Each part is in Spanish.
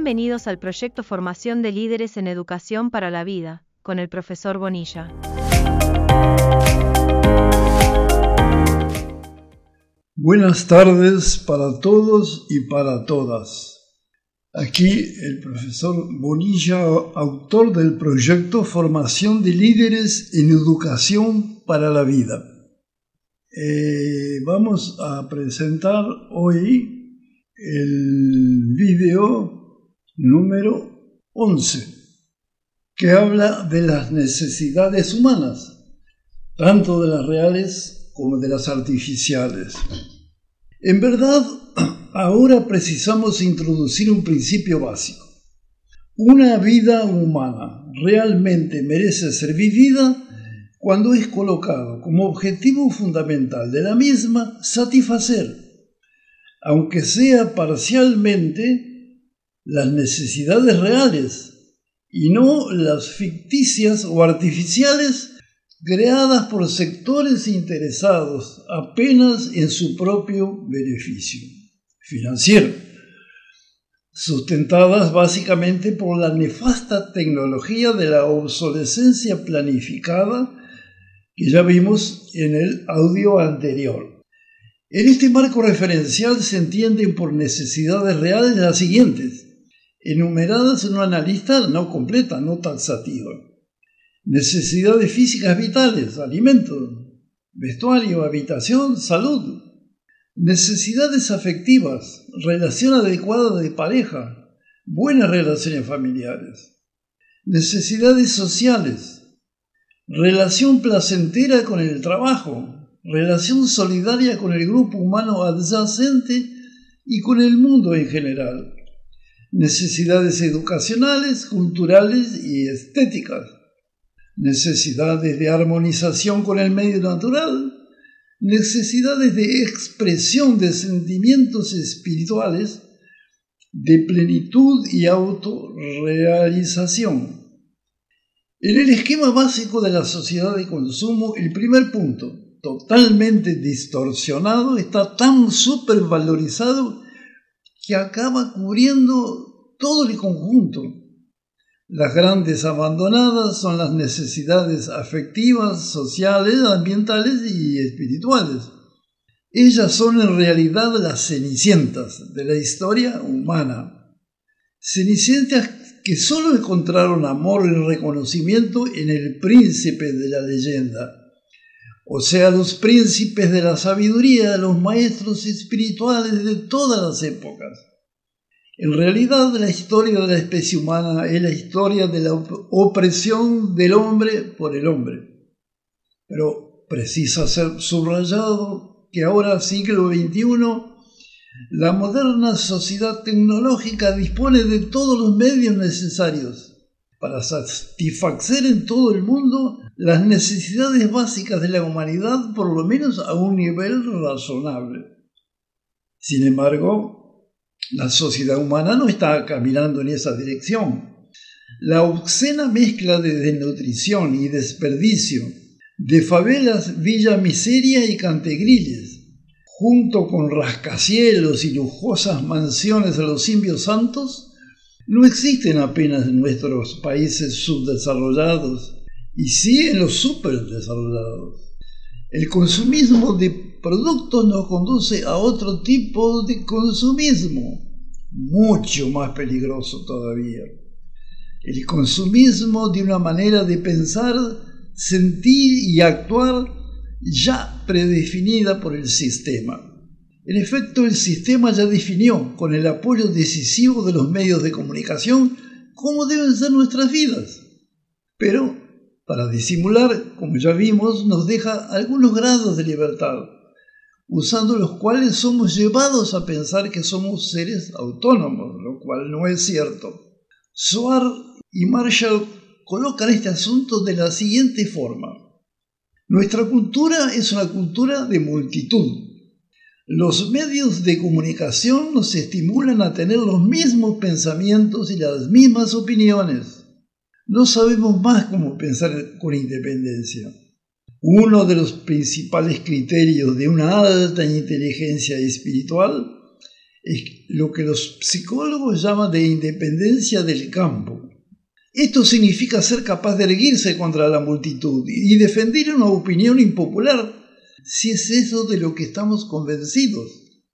Bienvenidos al proyecto Formación de Líderes en Educación para la Vida, con el profesor Bonilla. Buenas tardes para todos y para todas. Aquí el profesor Bonilla, autor del proyecto Formación de Líderes en Educación para la Vida. Vamos a presentar hoy el video número 11, que habla de las necesidades humanas, tanto de las reales como de las artificiales. En verdad, ahora precisamos introducir un principio básico. Una vida humana realmente merece ser vivida cuando es colocado como objetivo fundamental de la misma satisfacer, aunque sea parcialmente, las necesidades reales y no las ficticias o artificiales creadas por sectores interesados apenas en su propio beneficio financiero, sustentadas básicamente por la nefasta tecnología de la obsolescencia planificada que ya vimos en el audio anterior. En este marco referencial se entienden por necesidades reales las siguientes, enumeradas en una lista no completa, no taxativa. Necesidades físicas vitales, alimentos, vestuario, habitación, salud. Necesidades afectivas, relación adecuada de pareja, buenas relaciones familiares. Necesidades sociales, relación placentera con el trabajo, relación solidaria con el grupo humano adyacente y con el mundo en general. Necesidades educacionales, culturales y estéticas. Necesidades de armonización con el medio natural. Necesidades de expresión de sentimientos espirituales, de plenitud y autorrealización. En el esquema básico de la sociedad de consumo, el primer punto, totalmente distorsionado, está tan supervalorizado que acaba cubriendo todo el conjunto. Las grandes abandonadas son las necesidades afectivas, sociales, ambientales y espirituales. Ellas son en realidad las cenicientas de la historia humana. Cenicientas que solo encontraron amor y reconocimiento en el príncipe de la leyenda, o sea, los príncipes de la sabiduría, los maestros espirituales de todas las épocas. En realidad, la historia de la especie humana es la historia de la opresión del hombre por el hombre. Pero precisa ser subrayado que ahora, siglo XXI, la moderna sociedad tecnológica dispone de todos los medios necesarios para satisfacer en todo el mundo las necesidades básicas de la humanidad, por lo menos a un nivel razonable. Sin embargo, la sociedad humana no está caminando en esa dirección. La obscena mezcla de desnutrición y desperdicio, de favelas, villa miseria y cantegriles, junto con rascacielos y lujosas mansiones a los indios santos, no existen apenas en nuestros países subdesarrollados, y sí en los superdesarrollados. El consumismo de productos nos conduce a otro tipo de consumismo, mucho más peligroso todavía. El consumismo de una manera de pensar, sentir y actuar ya predefinida por el sistema. En efecto, el sistema ya definió, con el apoyo decisivo de los medios de comunicación, cómo deben ser nuestras vidas. Pero, para disimular, como ya vimos, nos deja algunos grados de libertad, usando los cuales somos llevados a pensar que somos seres autónomos, lo cual no es cierto. Soar y Marshall colocan este asunto de la siguiente forma. Nuestra cultura es una cultura de multitud. Los medios de comunicación nos estimulan a tener los mismos pensamientos y las mismas opiniones. No sabemos más cómo pensar con independencia. Uno de los principales criterios de una alta inteligencia espiritual es lo que los psicólogos llaman de independencia del campo. Esto significa ser capaz de erguirse contra la multitud y defender una opinión impopular, si es eso de lo que estamos convencidos.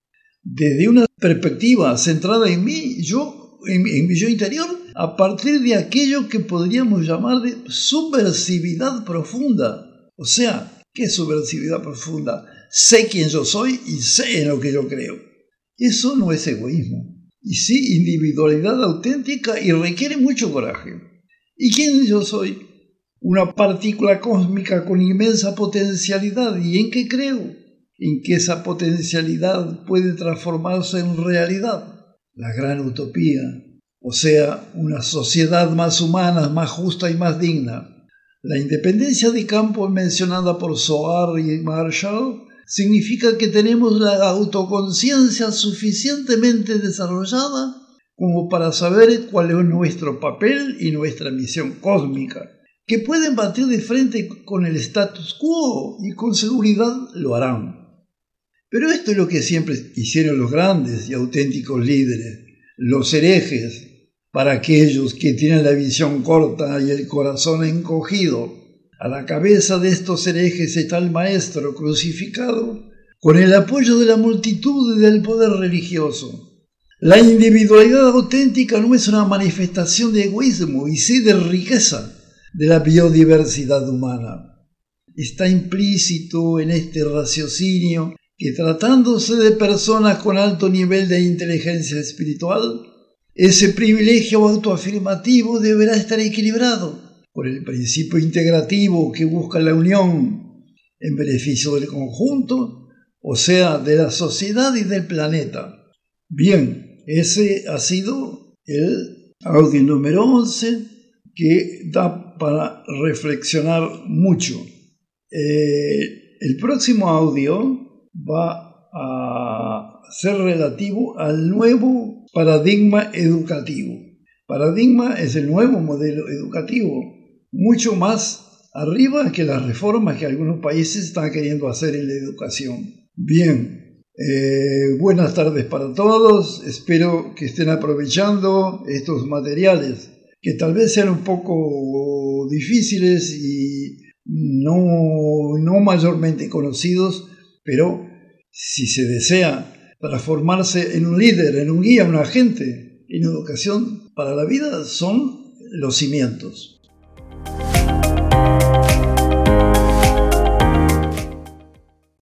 Desde una perspectiva centrada en mí, en mi yo interior, a partir de aquello que podríamos llamar de subversividad profunda. O sea, ¿qué es subversividad profunda? Sé quién yo soy y sé en lo que yo creo. Eso no es egoísmo, y sí individualidad auténtica y requiere mucho coraje. ¿Y quién yo soy? Una partícula cósmica con inmensa potencialidad. ¿Y en qué creo? En que esa potencialidad puede transformarse en realidad. La gran utopía, o sea, una sociedad más humana, más justa y más digna. La independencia de campo mencionada por Zohar y Marshall significa que tenemos la autoconciencia suficientemente desarrollada como para saber cuál es nuestro papel y nuestra misión cósmica, que pueden batir de frente con el status quo y con seguridad lo harán. Pero esto es lo que siempre hicieron los grandes y auténticos líderes, los herejes, para aquellos que tienen la visión corta y el corazón encogido. A la cabeza de estos herejes está el maestro crucificado con el apoyo de la multitud y del poder religioso. La individualidad auténtica no es una manifestación de egoísmo, y sí de riqueza de la biodiversidad humana. Está implícito en este raciocinio que, tratándose de personas con alto nivel de inteligencia espiritual, ese privilegio autoafirmativo deberá estar equilibrado por el principio integrativo que busca la unión en beneficio del conjunto, o sea, de la sociedad y del planeta. Bien, ese ha sido el audio número 11, que da para reflexionar mucho. El próximo audio va a ser relativo al nuevo paradigma educativo. Paradigma es el nuevo modelo educativo, mucho más arriba que las reformas que algunos países están queriendo hacer en la educación. Bien, buenas tardes para todos. Espero que estén aprovechando estos materiales, que tal vez sean un poco difíciles y no mayormente conocidos, pero si se desea transformarse en un líder, en un guía, un agente en educación para la vida, son los cimientos.